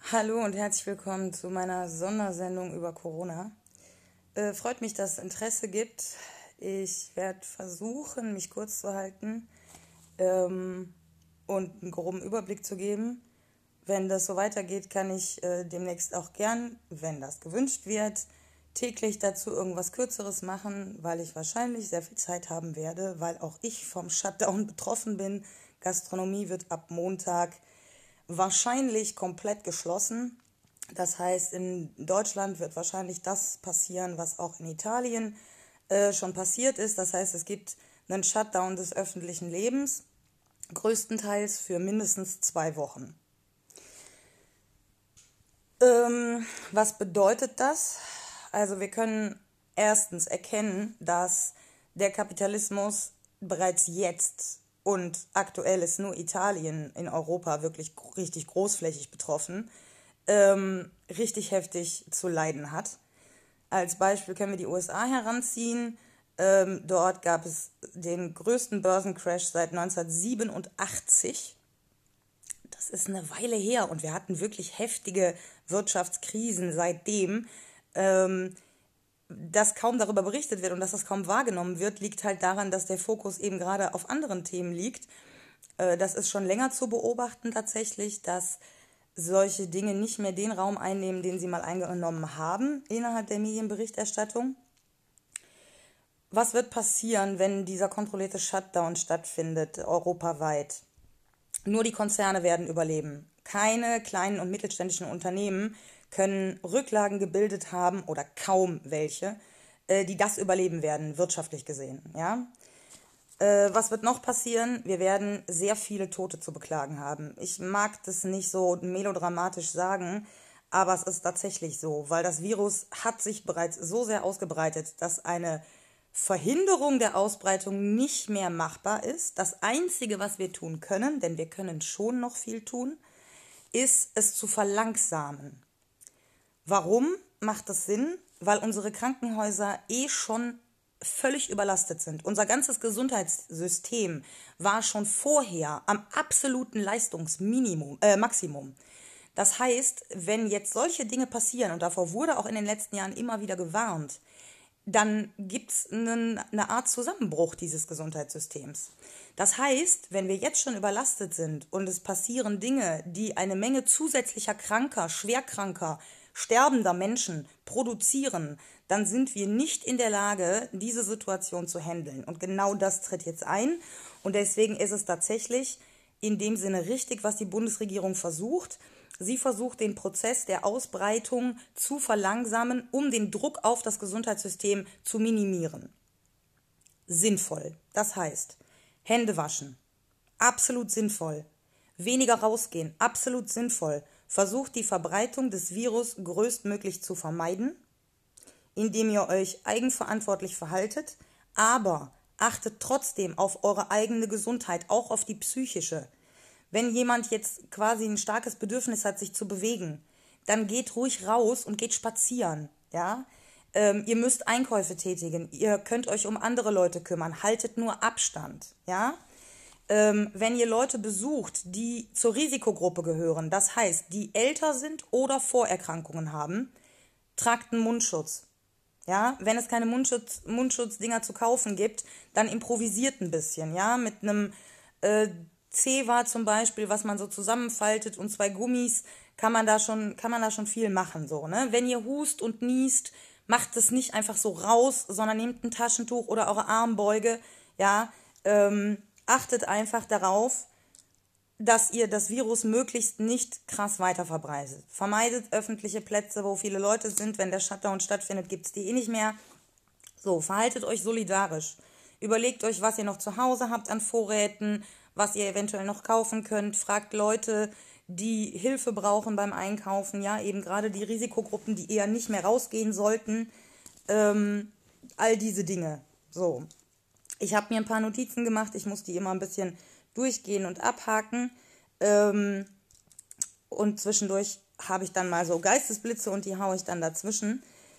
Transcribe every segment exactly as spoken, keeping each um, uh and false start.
Hallo und herzlich willkommen zu meiner Sondersendung über Corona. Äh, freut mich, dass es Interesse gibt. Ich werde versuchen, mich kurz zu halten ähm, und einen groben Überblick zu geben. Wenn das so weitergeht, kann ich äh, demnächst auch gern, wenn das gewünscht wird, täglich dazu irgendwas Kürzeres machen, weil ich wahrscheinlich sehr viel Zeit haben werde, weil auch ich vom Shutdown betroffen bin. Gastronomie wird ab Montag wahrscheinlich komplett geschlossen. Das heißt, in Deutschland wird wahrscheinlich das passieren, was auch in Italien äh, schon passiert ist. Das heißt, es gibt einen Shutdown des öffentlichen Lebens, größtenteils für mindestens zwei Wochen. Ähm, was bedeutet das? Also wir können erstens erkennen, dass der Kapitalismus bereits jetzt, und aktuell ist nur Italien in Europa wirklich richtig großflächig betroffen, ähm, richtig heftig zu leiden hat. Als Beispiel können wir die U S A heranziehen. Ähm, dort gab es den größten Börsencrash seit neunzehnhundertsiebenundachtzig. Das ist eine Weile her und wir hatten wirklich heftige Wirtschaftskrisen seitdem. Ähm, dass kaum darüber berichtet wird und dass das kaum wahrgenommen wird, liegt halt daran, dass der Fokus eben gerade auf anderen Themen liegt. Äh, das ist schon länger zu beobachten tatsächlich, dass solche Dinge nicht mehr den Raum einnehmen, den sie mal eingenommen haben innerhalb der Medienberichterstattung. Was wird passieren, wenn dieser kontrollierte Shutdown stattfindet, europaweit? Nur die Konzerne werden überleben. Keine kleinen und mittelständischen Unternehmen können Rücklagen gebildet haben, oder kaum welche, äh, die das überleben werden, wirtschaftlich gesehen. Ja? Äh, was wird noch passieren? Wir werden sehr viele Tote zu beklagen haben. Ich mag das nicht so melodramatisch sagen, aber es ist tatsächlich so, weil das Virus hat sich bereits so sehr ausgebreitet, dass eine Verhinderung der Ausbreitung nicht mehr machbar ist. Das Einzige, was wir tun können, denn wir können schon noch viel tun, ist es zu verlangsamen. Warum macht das Sinn? Weil unsere Krankenhäuser eh schon völlig überlastet sind. Unser ganzes Gesundheitssystem war schon vorher am absoluten Leistungsminimum, äh, Maximum. Das heißt, wenn jetzt solche Dinge passieren, und davor wurde auch in den letzten Jahren immer wieder gewarnt, dann gibt es eine Art Zusammenbruch dieses Gesundheitssystems. Das heißt, wenn wir jetzt schon überlastet sind und es passieren Dinge, die eine Menge zusätzlicher kranker, schwerkranker, sterbender Menschen produzieren, dann sind wir nicht in der Lage, diese Situation zu handeln. Und genau das tritt jetzt ein. Und deswegen ist es tatsächlich in dem Sinne richtig, was die Bundesregierung versucht. Sie versucht, den Prozess der Ausbreitung zu verlangsamen, um den Druck auf das Gesundheitssystem zu minimieren. Sinnvoll. Das heißt, Hände waschen. Absolut sinnvoll. Weniger rausgehen. Absolut sinnvoll. Versucht, die Verbreitung des Virus größtmöglich zu vermeiden, indem ihr euch eigenverantwortlich verhaltet, aber achtet trotzdem auf eure eigene Gesundheit, auch auf die psychische. Wenn jemand jetzt quasi ein starkes Bedürfnis hat, sich zu bewegen, dann geht ruhig raus und geht spazieren. Ja? Ähm, ihr müsst Einkäufe tätigen, ihr könnt euch um andere Leute kümmern, haltet nur Abstand. Ja? Ähm, wenn ihr Leute besucht, die zur Risikogruppe gehören, das heißt, die älter sind oder Vorerkrankungen haben, tragt einen Mundschutz. Ja? Wenn es keine Mundschutz, Mundschutzdinger zu kaufen gibt, dann improvisiert ein bisschen. Ja? Mit einem äh, Zewa zum Beispiel, was man so zusammenfaltet, und zwei Gummis, kann man da schon, kann man da schon viel machen. So, ne? Wenn ihr hust und niest, macht es nicht einfach so raus, sondern nehmt ein Taschentuch oder eure Armbeuge. Ja? Ähm, achtet einfach darauf, dass ihr das Virus möglichst nicht krass weiter verbreitet. Vermeidet öffentliche Plätze, wo viele Leute sind. Wenn der Shutdown stattfindet, gibt es die eh nicht mehr. So, verhaltet euch solidarisch. Überlegt euch, was ihr noch zu Hause habt an Vorräten, was ihr eventuell noch kaufen könnt. Fragt Leute, die Hilfe brauchen beim Einkaufen. Ja, eben gerade die Risikogruppen, die eher nicht mehr rausgehen sollten. Ähm, all diese Dinge. So. Ich habe mir ein paar Notizen gemacht. Ich muss die immer ein bisschen durchgehen und abhaken. Ähm, und zwischendurch habe ich dann mal so Geistesblitze und die haue ich dann dazwischen.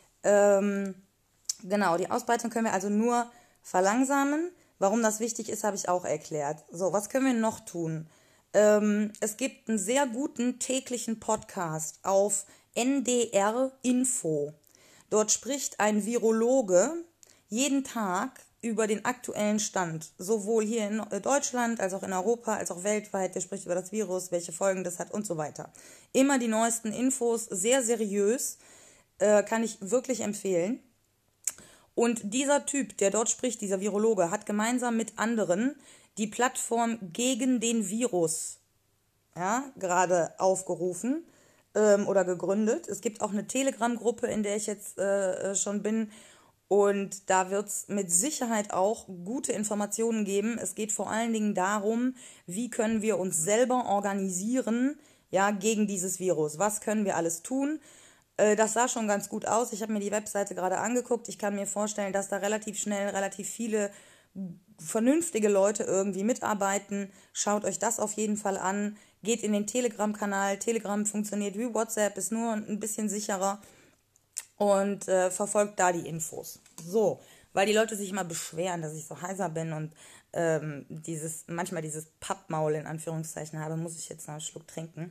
Ähm, genau, die Ausbreitung können wir also nur verlangsamen. Warum das wichtig ist, habe ich auch erklärt. So, was können wir noch tun? Ähm, es gibt einen sehr guten täglichen Podcast auf N D R Info. Dort spricht ein Virologe jeden Tag über den aktuellen Stand, sowohl hier in Deutschland als auch in Europa, als auch weltweit. Der spricht über das Virus, welche Folgen das hat und so weiter. Immer die neuesten Infos, sehr seriös, äh, kann ich wirklich empfehlen. Und dieser Typ, der dort spricht, dieser Virologe, hat gemeinsam mit anderen die Plattform gegen den Virus, ja, gerade aufgerufen ähm, oder gegründet. Es gibt auch eine Telegram-Gruppe, in der ich jetzt äh, schon bin. Und da wird es mit Sicherheit auch gute Informationen geben. Es geht vor allen Dingen darum, wie können wir uns selber organisieren, ja, gegen dieses Virus. Was können wir alles tun? Äh, das sah schon ganz gut aus. Ich habe mir die Webseite gerade angeguckt. Ich kann mir vorstellen, dass da relativ schnell relativ viele vernünftige Leute irgendwie mitarbeiten. Schaut euch das auf jeden Fall an. Geht in den Telegram-Kanal. Telegram funktioniert wie WhatsApp, ist nur ein bisschen sicherer. Und äh, verfolgt da die Infos. So, weil die Leute sich immer beschweren, dass ich so heiser bin und ähm, dieses manchmal dieses Pappmaul in Anführungszeichen habe, muss ich jetzt noch einen Schluck trinken.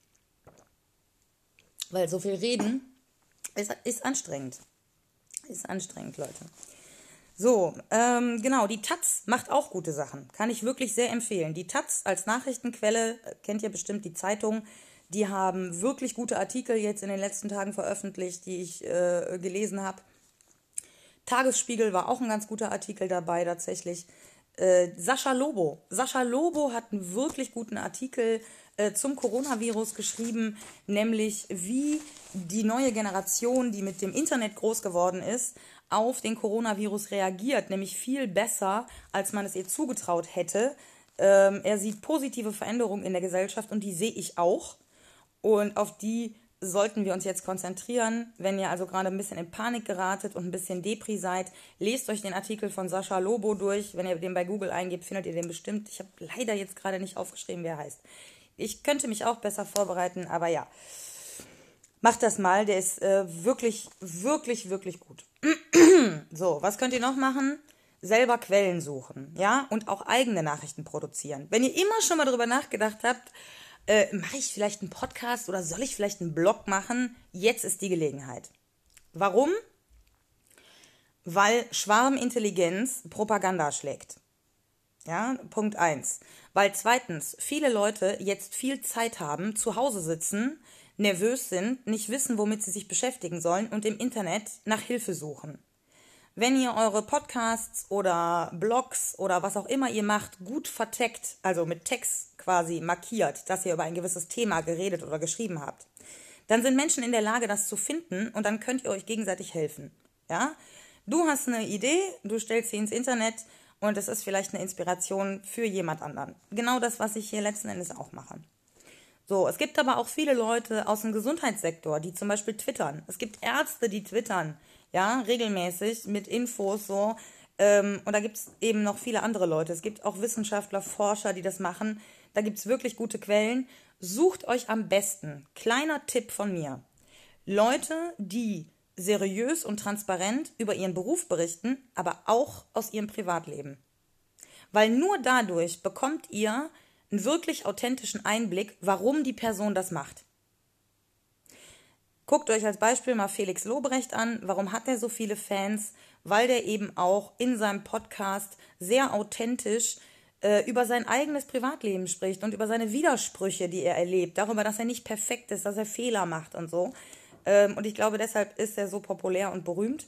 Weil so viel reden ist, ist anstrengend. Ist anstrengend, Leute. So, ähm, genau, die Taz macht auch gute Sachen. Kann ich wirklich sehr empfehlen. Die Taz als Nachrichtenquelle, kennt ihr bestimmt die Zeitung, die haben wirklich gute Artikel jetzt in den letzten Tagen veröffentlicht, die ich äh, gelesen habe. Tagesspiegel war auch ein ganz guter Artikel dabei tatsächlich. Äh, Sascha Lobo. Sascha Lobo hat einen wirklich guten Artikel äh, zum Coronavirus geschrieben, nämlich wie die neue Generation, die mit dem Internet groß geworden ist, auf den Coronavirus reagiert, nämlich viel besser, als man es ihr zugetraut hätte. Ähm, er sieht positive Veränderungen in der Gesellschaft und die sehe ich auch. Und auf die sollten wir uns jetzt konzentrieren. Wenn ihr also gerade ein bisschen in Panik geratet und ein bisschen Depri seid, lest euch den Artikel von Sascha Lobo durch. Wenn ihr den bei Google eingebt, findet ihr den bestimmt. Ich habe leider jetzt gerade nicht aufgeschrieben, wer er heißt. Ich könnte mich auch besser vorbereiten, aber ja. Macht das mal, der ist äh, wirklich, wirklich, wirklich gut. So, was könnt ihr noch machen? Selber Quellen suchen, ja, und auch eigene Nachrichten produzieren. Wenn ihr immer schon mal darüber nachgedacht habt, äh, mache ich vielleicht einen Podcast oder soll ich vielleicht einen Blog machen? Jetzt ist die Gelegenheit. Warum? Weil Schwarmintelligenz Propaganda schlägt. Ja, Punkt eins. Weil zweitens viele Leute jetzt viel Zeit haben, zu Hause sitzen, nervös sind, nicht wissen, womit sie sich beschäftigen sollen und im Internet nach Hilfe suchen. Wenn ihr eure Podcasts oder Blogs oder was auch immer ihr macht, gut verteckt, also mit Text quasi markiert, dass ihr über ein gewisses Thema geredet oder geschrieben habt, dann sind Menschen in der Lage, das zu finden und dann könnt ihr euch gegenseitig helfen. Ja? Du hast eine Idee, du stellst sie ins Internet und es ist vielleicht eine Inspiration für jemand anderen. Genau das, was ich hier letzten Endes auch mache. So, es gibt aber auch viele Leute aus dem Gesundheitssektor, die zum Beispiel twittern. Es gibt Ärzte, die twittern, ja, regelmäßig mit Infos so. Ähm, und da gibt es eben noch viele andere Leute. Es gibt auch Wissenschaftler, Forscher, die das machen. Da gibt es wirklich gute Quellen. Sucht euch am besten, kleiner Tipp von mir, Leute, die seriös und transparent über ihren Beruf berichten, aber auch aus ihrem Privatleben. Weil nur dadurch bekommt ihr einen wirklich authentischen Einblick, warum die Person das macht. Guckt euch als Beispiel mal Felix Lobrecht an. Warum hat er so viele Fans? Weil der eben auch in seinem Podcast sehr authentisch äh, über sein eigenes Privatleben spricht und über seine Widersprüche, die er erlebt, darüber, dass er nicht perfekt ist, dass er Fehler macht und so. Ähm, und ich glaube, deshalb ist er so populär und berühmt.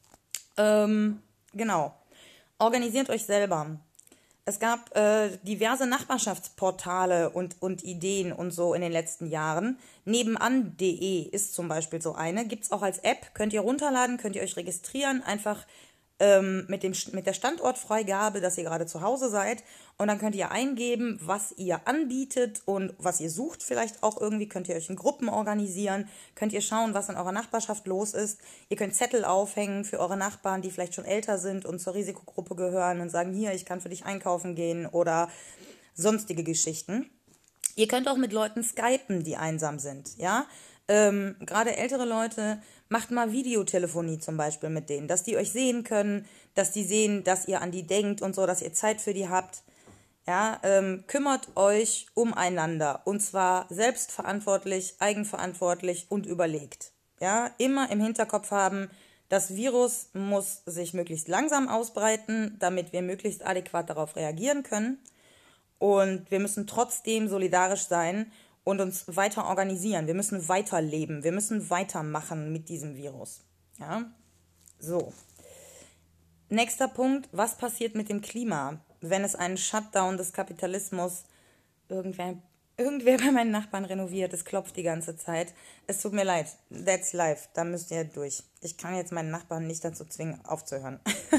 Ähm, genau. Organisiert euch selber. Es gab äh, diverse Nachbarschaftsportale und, und Ideen und so in den letzten Jahren. Nebenan punkt de ist zum Beispiel so eine. Gibt es auch als App, könnt ihr runterladen, könnt ihr euch registrieren, einfach ähm, mit, dem, mit der Standortfreigabe, dass ihr gerade zu Hause seid. Und dann könnt ihr eingeben, was ihr anbietet und was ihr sucht vielleicht auch irgendwie. Könnt ihr euch in Gruppen organisieren, könnt ihr schauen, was in eurer Nachbarschaft los ist. Ihr könnt Zettel aufhängen für eure Nachbarn, die vielleicht schon älter sind und zur Risikogruppe gehören und sagen, hier, ich kann für dich einkaufen gehen oder sonstige Geschichten. Ihr könnt auch mit Leuten skypen, die einsam sind, ja. Ähm, gerade ältere Leute, macht mal Videotelefonie zum Beispiel mit denen, dass die euch sehen können, dass die sehen, dass ihr an die denkt und so, dass ihr Zeit für die habt. Ja, ähm, kümmert euch umeinander und zwar selbstverantwortlich, eigenverantwortlich und überlegt. Ja, immer im Hinterkopf haben, das Virus muss sich möglichst langsam ausbreiten, damit wir möglichst adäquat darauf reagieren können. Und wir müssen trotzdem solidarisch sein und uns weiter organisieren. Wir müssen weiterleben. Wir müssen weitermachen mit diesem Virus. Ja, so. Nächster Punkt, was passiert mit dem Klima, wenn es einen Shutdown des Kapitalismus, irgendwer, irgendwer bei meinen Nachbarn renoviert, es klopft die ganze Zeit. Es tut mir leid, that's life, da müsst ihr durch. Ich kann jetzt meinen Nachbarn nicht dazu zwingen, aufzuhören.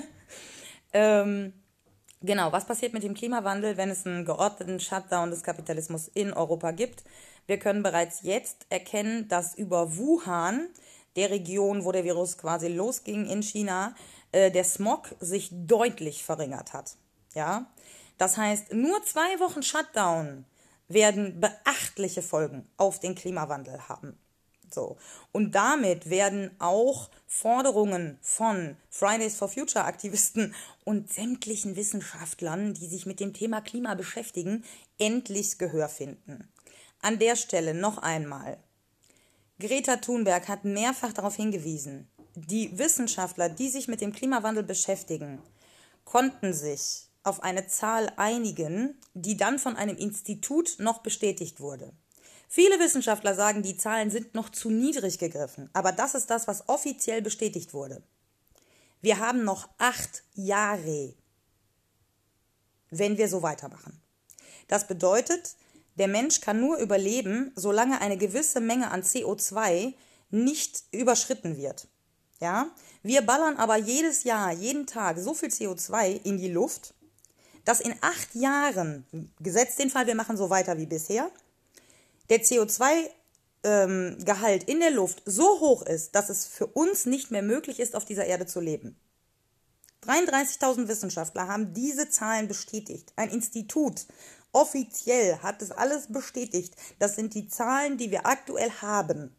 ähm, genau, was passiert mit dem Klimawandel, wenn es einen geordneten Shutdown des Kapitalismus in Europa gibt? Wir können bereits jetzt erkennen, dass über Wuhan, der Region, wo der Virus quasi losging in China, der Smog sich deutlich verringert hat. Ja? Das heißt, nur zwei Wochen Shutdown werden beachtliche Folgen auf den Klimawandel haben. So. Und damit werden auch Forderungen von Fridays for Future Aktivisten und sämtlichen Wissenschaftlern, die sich mit dem Thema Klima beschäftigen, endlich Gehör finden. An der Stelle noch einmal. Greta Thunberg hat mehrfach darauf hingewiesen, die Wissenschaftler, die sich mit dem Klimawandel beschäftigen, konnten sich auf eine Zahl einigen, die dann von einem Institut noch bestätigt wurde. Viele Wissenschaftler sagen, die Zahlen sind noch zu niedrig gegriffen, aber das ist das, was offiziell bestätigt wurde. Wir haben noch acht Jahre, wenn wir so weitermachen. Das bedeutet, der Mensch kann nur überleben, solange eine gewisse Menge an C O zwei nicht überschritten wird. Ja? Wir ballern aber jedes Jahr, jeden Tag so viel C O zwei in die Luft, dass in acht Jahren, gesetzt den Fall, wir machen so weiter wie bisher, der C O zwei Gehalt in der Luft so hoch ist, dass es für uns nicht mehr möglich ist, auf dieser Erde zu leben. dreiunddreißigtausend Wissenschaftler haben diese Zahlen bestätigt. Ein Institut offiziell hat es alles bestätigt. Das sind die Zahlen, die wir aktuell haben.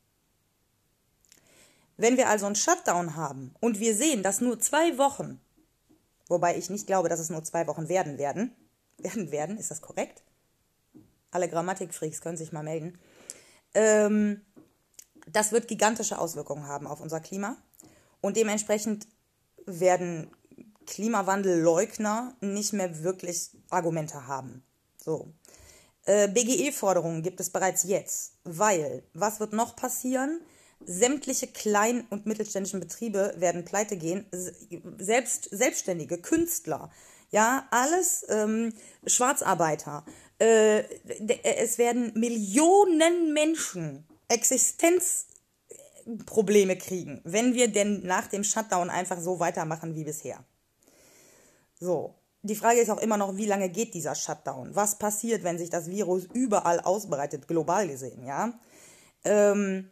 Wenn wir also einen Shutdown haben und wir sehen, dass nur zwei Wochen, wobei ich nicht glaube, dass es nur zwei Wochen werden werden, werden werden, ist das korrekt? Alle Grammatikfreaks können sich mal melden. Ähm, das wird gigantische Auswirkungen haben auf unser Klima und dementsprechend werden Klimawandelleugner nicht mehr wirklich Argumente haben. So. Äh, B G E-Forderungen gibt es bereits jetzt, weil, was wird noch passieren? Sämtliche kleinen und mittelständischen Betriebe werden pleite gehen, selbst Selbstständige, Künstler, ja, alles ähm, Schwarzarbeiter. Äh, es werden Millionen Menschen Existenzprobleme kriegen, wenn wir denn nach dem Shutdown einfach so weitermachen wie bisher. So, die Frage ist auch immer noch, wie lange geht dieser Shutdown? Was passiert, wenn sich das Virus überall ausbreitet, global gesehen, ja? Ähm,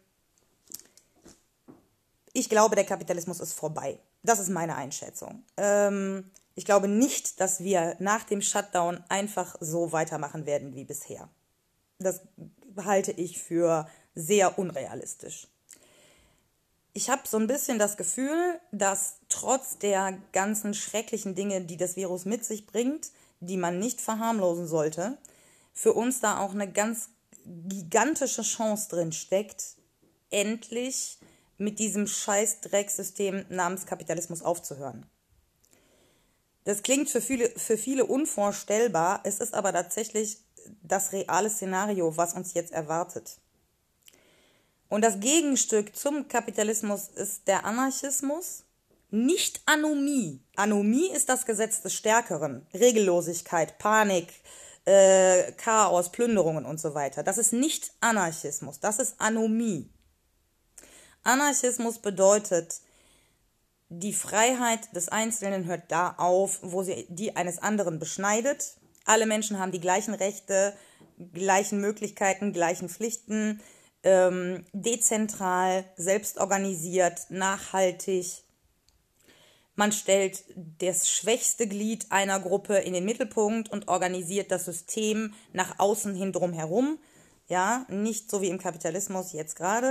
ich glaube, der Kapitalismus ist vorbei. Das ist meine Einschätzung. Ähm, ich glaube nicht, dass wir nach dem Shutdown einfach so weitermachen werden wie bisher. Das halte ich für sehr unrealistisch. Ich habe so ein bisschen das Gefühl, dass trotz der ganzen schrecklichen Dinge, die das Virus mit sich bringt, die man nicht verharmlosen sollte, für uns da auch eine ganz gigantische Chance drin steckt, endlich mit diesem scheiß Drecksystem namens Kapitalismus aufzuhören. Das klingt für viele, für viele unvorstellbar, es ist aber tatsächlich das reale Szenario, was uns jetzt erwartet. Und das Gegenstück zum Kapitalismus ist der Anarchismus, nicht Anomie. Anomie ist das Gesetz des Stärkeren, Regellosigkeit, Panik, äh, Chaos, Plünderungen und so weiter. Das ist nicht Anarchismus, das ist Anomie. Anarchismus bedeutet, die Freiheit des Einzelnen hört da auf, wo sie die eines anderen beschneidet. Alle Menschen haben die gleichen Rechte, gleichen Möglichkeiten, gleichen Pflichten, ähm, dezentral, selbstorganisiert, nachhaltig. Man stellt das schwächste Glied einer Gruppe in den Mittelpunkt und organisiert das System nach außen hin drumherum. Ja, nicht so wie im Kapitalismus jetzt gerade,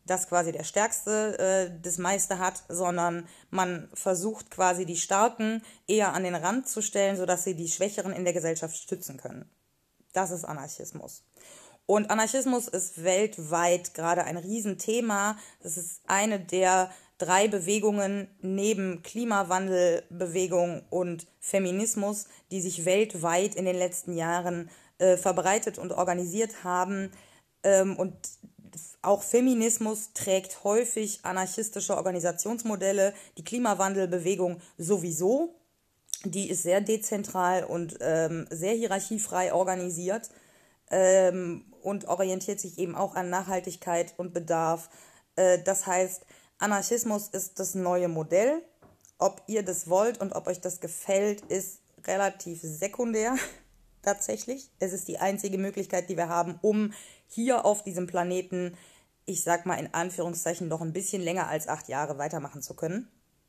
dass quasi der Stärkste äh, das meiste hat, sondern man versucht quasi die Starken eher an den Rand zu stellen, sodass sie die Schwächeren in der Gesellschaft stützen können. Das ist Anarchismus. Und Anarchismus ist weltweit gerade ein Riesenthema. Das ist eine der drei Bewegungen neben Klimawandelbewegung und Feminismus, die sich weltweit in den letzten Jahren äh, verbreitet und organisiert haben. Ähm, und auch Feminismus trägt häufig anarchistische Organisationsmodelle. Die Klimawandelbewegung sowieso. Die ist sehr dezentral und ähm, sehr hierarchiefrei organisiert. Ähm, und orientiert sich eben auch an Nachhaltigkeit und Bedarf. Äh, das heißt, Anarchismus ist das neue Modell. Ob ihr das wollt und ob euch das gefällt, ist relativ sekundär tatsächlich. Es ist die einzige Möglichkeit, die wir haben, um hier auf diesem Planeten, ich sag mal in Anführungszeichen, noch ein bisschen länger als acht Jahre weitermachen zu können.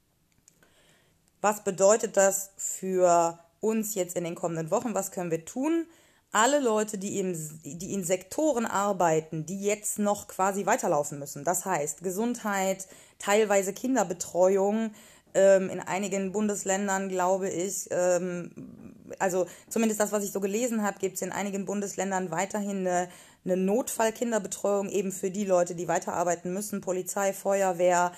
Was bedeutet das für uns jetzt in den kommenden Wochen? Was können wir tun? Alle Leute, die, im, die in Sektoren arbeiten, die jetzt noch quasi weiterlaufen müssen. Das heißt Gesundheit, teilweise Kinderbetreuung, ähm, in einigen Bundesländern, glaube ich, ähm, also zumindest das, was ich so gelesen habe, gibt es in einigen Bundesländern weiterhin eine, eine Notfallkinderbetreuung eben für die Leute, die weiterarbeiten müssen. Polizei, Feuerwehr,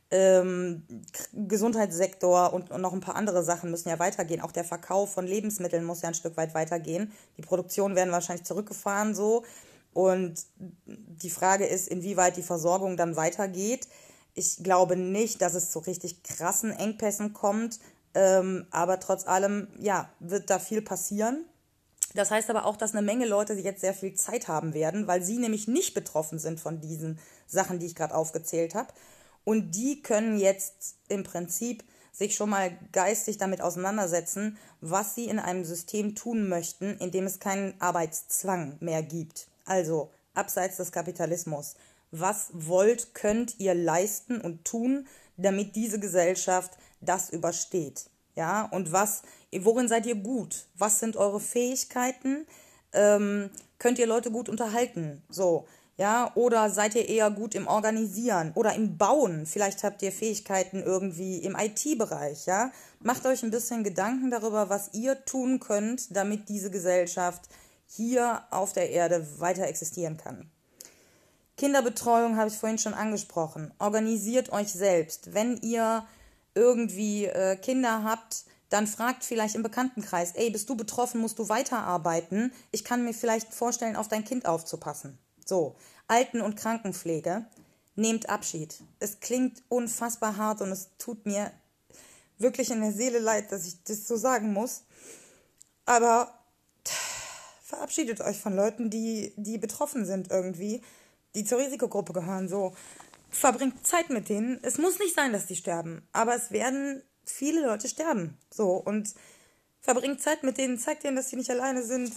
Ähm, Gesundheitssektor und, und noch ein paar andere Sachen müssen ja weitergehen. Auch der Verkauf von Lebensmitteln muss ja ein Stück weit weitergehen. Die Produktion werden wahrscheinlich zurückgefahren so. Und die Frage ist, inwieweit die Versorgung dann weitergeht. Ich glaube nicht, dass es zu richtig krassen Engpässen kommt. Ähm, aber trotz allem, ja, wird da viel passieren. Das heißt aber auch, dass eine Menge Leute jetzt sehr viel Zeit haben werden, weil sie nämlich nicht betroffen sind von diesen Sachen, die ich gerade aufgezählt habe. Und die können jetzt im Prinzip sich schon mal geistig damit auseinandersetzen, was sie in einem System tun möchten, in dem es keinen Arbeitszwang mehr gibt. Also abseits des Kapitalismus. Was wollt, könnt ihr leisten und tun, damit diese Gesellschaft das übersteht? Ja, und was, worin seid ihr gut? Was sind eure Fähigkeiten? Ähm, könnt ihr Leute gut unterhalten? So. Ja, oder seid ihr eher gut im Organisieren oder im Bauen? Vielleicht habt ihr Fähigkeiten irgendwie im I T-Bereich, ja? Macht euch ein bisschen Gedanken darüber, was ihr tun könnt, damit diese Gesellschaft hier auf der Erde weiter existieren kann. Kinderbetreuung habe ich vorhin schon angesprochen. Organisiert euch selbst. Wenn ihr irgendwie äh, Kinder habt, dann fragt vielleicht im Bekanntenkreis, ey, bist du betroffen, musst du weiterarbeiten? Ich kann mir vielleicht vorstellen, auf dein Kind aufzupassen. So, Alten- und Krankenpflege, nehmt Abschied. Es klingt unfassbar hart und es tut mir wirklich in der Seele leid, dass ich das so sagen muss. Aber verabschiedet euch von Leuten, die, die betroffen sind irgendwie, die zur Risikogruppe gehören. So, verbringt Zeit mit denen. Es muss nicht sein, dass die sterben, aber es werden viele Leute sterben. So, und verbringt Zeit mit denen, zeigt denen, dass sie nicht alleine sind.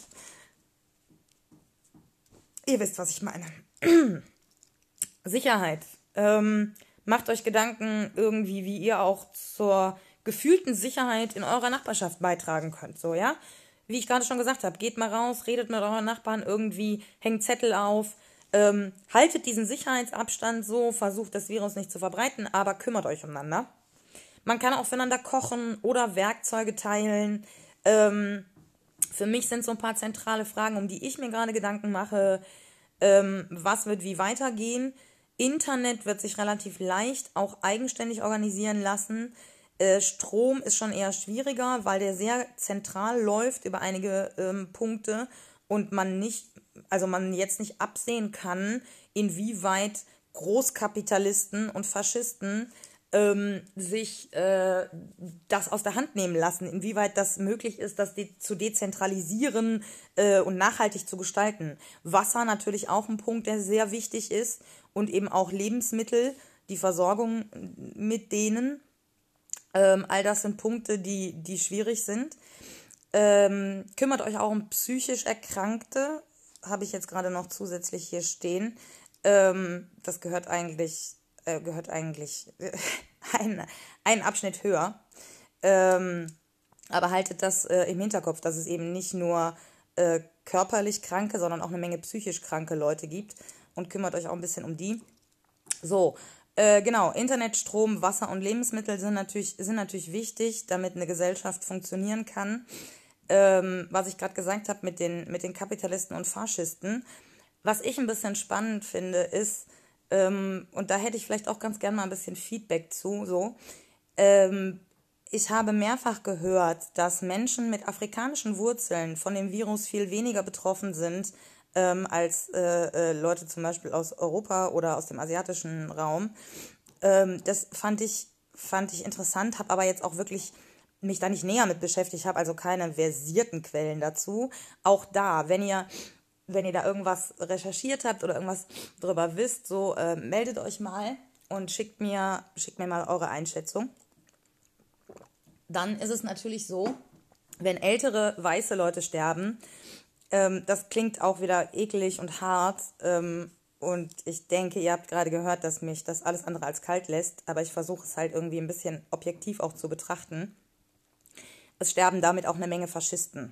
Ihr wisst, was ich meine. Sicherheit. Ähm, macht euch Gedanken irgendwie, wie ihr auch zur gefühlten Sicherheit in eurer Nachbarschaft beitragen könnt. So, ja? Wie ich gerade schon gesagt habe, geht mal raus, redet mit euren Nachbarn irgendwie, hängt Zettel auf, ähm, haltet diesen Sicherheitsabstand so, versucht das Virus nicht zu verbreiten, aber kümmert euch umeinander. Man kann auch füreinander kochen oder Werkzeuge teilen. Ähm, Für mich sind so ein paar zentrale Fragen, um die ich mir gerade Gedanken mache. Ähm, was wird wie weitergehen? Internet wird sich relativ leicht auch eigenständig organisieren lassen. Äh, Strom ist schon eher schwieriger, weil der sehr zentral läuft über einige ähm, Punkte und man nicht, also man jetzt nicht absehen kann, inwieweit Großkapitalisten und Faschisten ähm, sich äh, das aus der Hand nehmen lassen, inwieweit das möglich ist, das de- zu dezentralisieren äh, und nachhaltig zu gestalten. Wasser natürlich auch ein Punkt, der sehr wichtig ist und eben auch Lebensmittel, die Versorgung mit denen. Ähm, all das sind Punkte, die, die schwierig sind. Ähm, kümmert euch auch um psychisch Erkrankte, habe ich jetzt gerade noch zusätzlich hier stehen. Ähm, das gehört eigentlich äh, gehört eigentlich ein, ein Abschnitt höher. Ähm, aber haltet das äh, im Hinterkopf, dass es eben nicht nur äh, körperlich kranke, sondern auch eine Menge psychisch kranke Leute gibt und kümmert euch auch ein bisschen um die. So, äh, genau, Internet, Strom, Wasser und Lebensmittel sind natürlich, sind natürlich wichtig, damit eine Gesellschaft funktionieren kann. Ähm, was ich gerade gesagt habe mit den, mit den Kapitalisten und Faschisten. Was ich ein bisschen spannend finde, ist, ähm, und da hätte ich vielleicht auch ganz gerne mal ein bisschen Feedback zu, so, ähm, ich habe mehrfach gehört, dass Menschen mit afrikanischen Wurzeln von dem Virus viel weniger betroffen sind ähm, als äh, äh, Leute zum Beispiel aus Europa oder aus dem asiatischen Raum. Ähm, das fand ich, fand ich interessant, habe aber jetzt auch wirklich mich da nicht näher mit beschäftigt, habe also keine versierten Quellen dazu. Auch da, wenn ihr, wenn ihr da irgendwas recherchiert habt oder irgendwas drüber wisst, so äh, meldet euch mal und schickt mir, schickt mir mal eure Einschätzung. Dann ist es natürlich so, wenn ältere weiße Leute sterben, ähm, das klingt auch wieder eklig und hart. Ähm, und ich denke, ihr habt gerade gehört, dass mich das alles andere als kalt lässt. Aber ich versuche es halt irgendwie ein bisschen objektiv auch zu betrachten. Es sterben damit auch eine Menge Faschisten.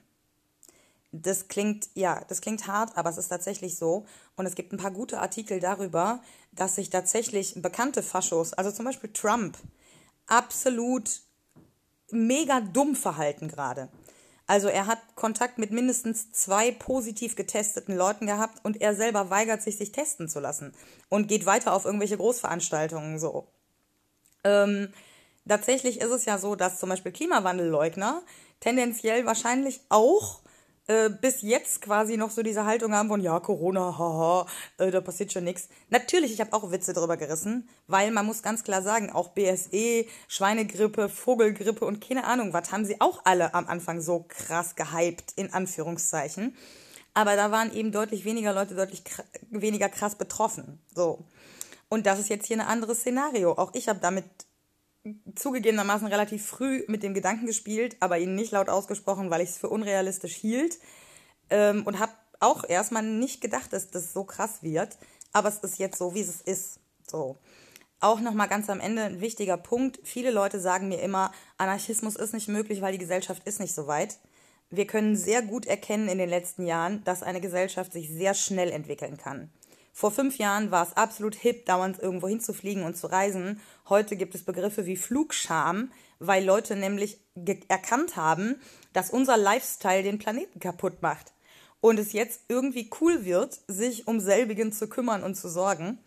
Das klingt, ja, das klingt hart, aber es ist tatsächlich so. Und es gibt ein paar gute Artikel darüber, dass sich tatsächlich bekannte Faschos, also zum Beispiel Trump, absolut mega dumm verhalten gerade. Also er hat Kontakt mit mindestens zwei positiv getesteten Leuten gehabt und er selber weigert sich, sich testen zu lassen und geht weiter auf irgendwelche Großveranstaltungen so. Ähm, tatsächlich ist es ja so, dass zum Beispiel Klimawandelleugner tendenziell wahrscheinlich auch äh, bis jetzt quasi noch so diese Haltung haben von, ja, Corona, haha, äh, da passiert schon nichts. Natürlich, ich habe auch Witze drüber gerissen, weil man muss ganz klar sagen, auch B S E, Schweinegrippe, Vogelgrippe und keine Ahnung, was haben sie auch alle am Anfang so krass gehypt, in Anführungszeichen. Aber da waren eben deutlich weniger Leute deutlich kr- weniger krass betroffen. So. Und das ist jetzt hier ein anderes Szenario. Auch ich habe damit zugegebenermaßen relativ früh mit dem Gedanken gespielt, aber ihn nicht laut ausgesprochen, weil ich es für unrealistisch hielt. Ähm, und habe auch erstmal nicht gedacht, dass das so krass wird. Aber es ist jetzt so, wie es ist. So. Auch nochmal ganz am Ende ein wichtiger Punkt. Viele Leute sagen mir immer, Anarchismus ist nicht möglich, weil die Gesellschaft ist nicht so weit. Wir können sehr gut erkennen in den letzten Jahren, dass eine Gesellschaft sich sehr schnell entwickeln kann. Vor fünf Jahren war es absolut hip, dauernd irgendwo hinzufliegen und zu reisen. Heute gibt es Begriffe wie Flugscham, weil Leute nämlich ge- erkannt haben, dass unser Lifestyle den Planeten kaputt macht. Und es jetzt irgendwie cool wird, sich um selbigen zu kümmern und zu sorgen.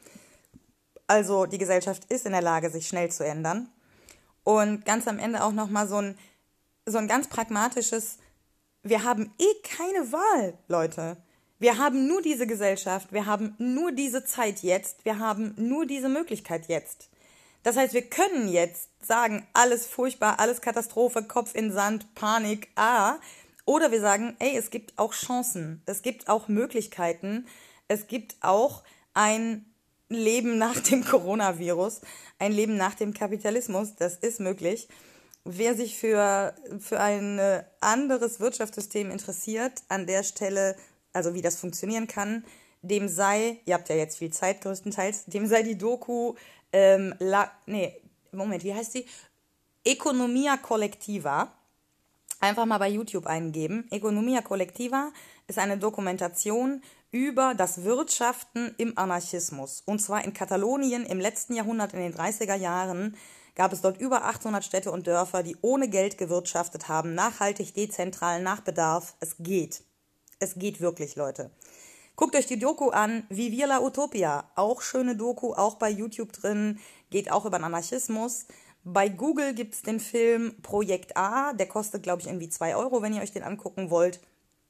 Also die Gesellschaft ist in der Lage, sich schnell zu ändern. Und ganz am Ende auch nochmal so ein, so ein ganz pragmatisches, wir haben eh keine Wahl, Leute. Wir haben nur diese Gesellschaft, wir haben nur diese Zeit jetzt, wir haben nur diese Möglichkeit jetzt. Das heißt, wir können jetzt sagen, alles furchtbar, alles Katastrophe, Kopf in Sand, Panik, ah. Oder wir sagen, ey, es gibt auch Chancen, es gibt auch Möglichkeiten, es gibt auch ein Leben nach dem Coronavirus, ein Leben nach dem Kapitalismus, das ist möglich. Wer sich für, für ein äh, anderes Wirtschaftssystem interessiert, an der Stelle, also wie das funktionieren kann, dem sei, ihr habt ja jetzt viel Zeit größtenteils, dem sei die Doku, ähm, la, nee, Moment, wie heißt die? Economia Collectiva. Einfach mal bei YouTube eingeben. Economia Collectiva ist eine Dokumentation über das Wirtschaften im Anarchismus. Und zwar in Katalonien im letzten Jahrhundert, in den dreißiger Jahren, gab es dort über achthundert Städte und Dörfer, die ohne Geld gewirtschaftet haben, nachhaltig, dezentral, nach Bedarf. Es geht. Es geht wirklich, Leute. Guckt euch die Doku an, Vivir la Utopia. Auch schöne Doku, auch bei YouTube drin, geht auch über den Anarchismus. Bei Google gibt es den Film Projekt A, der kostet, glaube ich, irgendwie zwei Euro, wenn ihr euch den angucken wollt.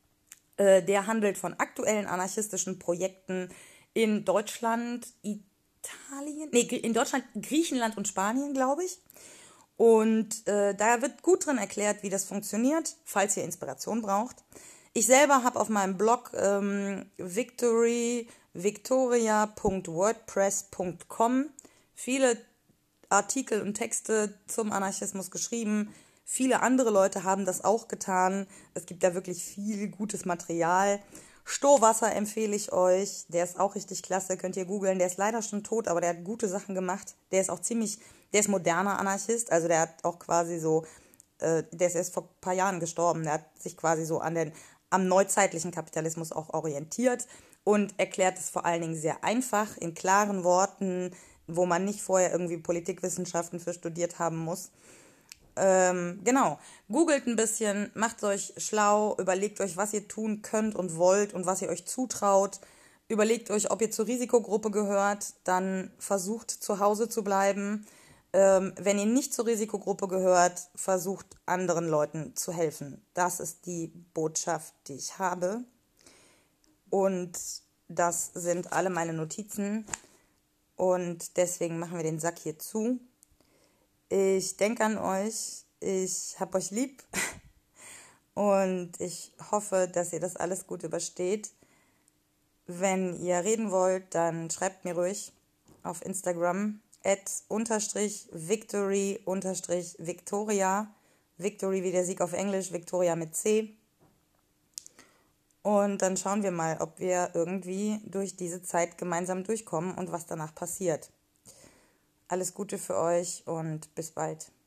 Äh, der handelt von aktuellen anarchistischen Projekten in Deutschland, Italien, nee, in Deutschland, Griechenland und Spanien, glaube ich. Und äh, da wird gut drin erklärt, wie das funktioniert, falls ihr Inspiration braucht. Ich selber habe auf meinem Blog ähm, victory victoria punkt wordpress punkt com viele Artikel und Texte zum Anarchismus geschrieben. Viele andere Leute haben das auch getan. Es gibt da wirklich viel gutes Material. Stohwasser empfehle ich euch. Der ist auch richtig klasse. Könnt ihr googeln. Der ist leider schon tot, aber der hat gute Sachen gemacht. Der ist auch ziemlich, der ist moderner Anarchist. Also der hat auch quasi so, äh, der ist erst vor ein paar Jahren gestorben. Der hat sich quasi so an den, am neuzeitlichen Kapitalismus auch orientiert und erklärt es vor allen Dingen sehr einfach, in klaren Worten, wo man nicht vorher irgendwie Politikwissenschaften für studiert haben muss. Ähm, genau, googelt ein bisschen, macht euch schlau, überlegt euch, was ihr tun könnt und wollt und was ihr euch zutraut. Überlegt euch, ob ihr zur Risikogruppe gehört, dann versucht zu Hause zu bleiben. Ähm, wenn ihr nicht zur Risikogruppe gehört, versucht anderen Leuten zu helfen. Das ist die Botschaft, die ich habe. Und das sind alle meine Notizen. Und deswegen machen wir den Sack hier zu. Ich denke an euch, ich hab euch lieb und ich hoffe, dass ihr das alles gut übersteht. Wenn ihr reden wollt, dann schreibt mir ruhig auf Instagram at unterstrich victory unterstrich victoria. Victory wie der Sieg auf Englisch, Victoria mit C. Und dann schauen wir mal, ob wir irgendwie durch diese Zeit gemeinsam durchkommen und was danach passiert. Alles Gute für euch und bis bald.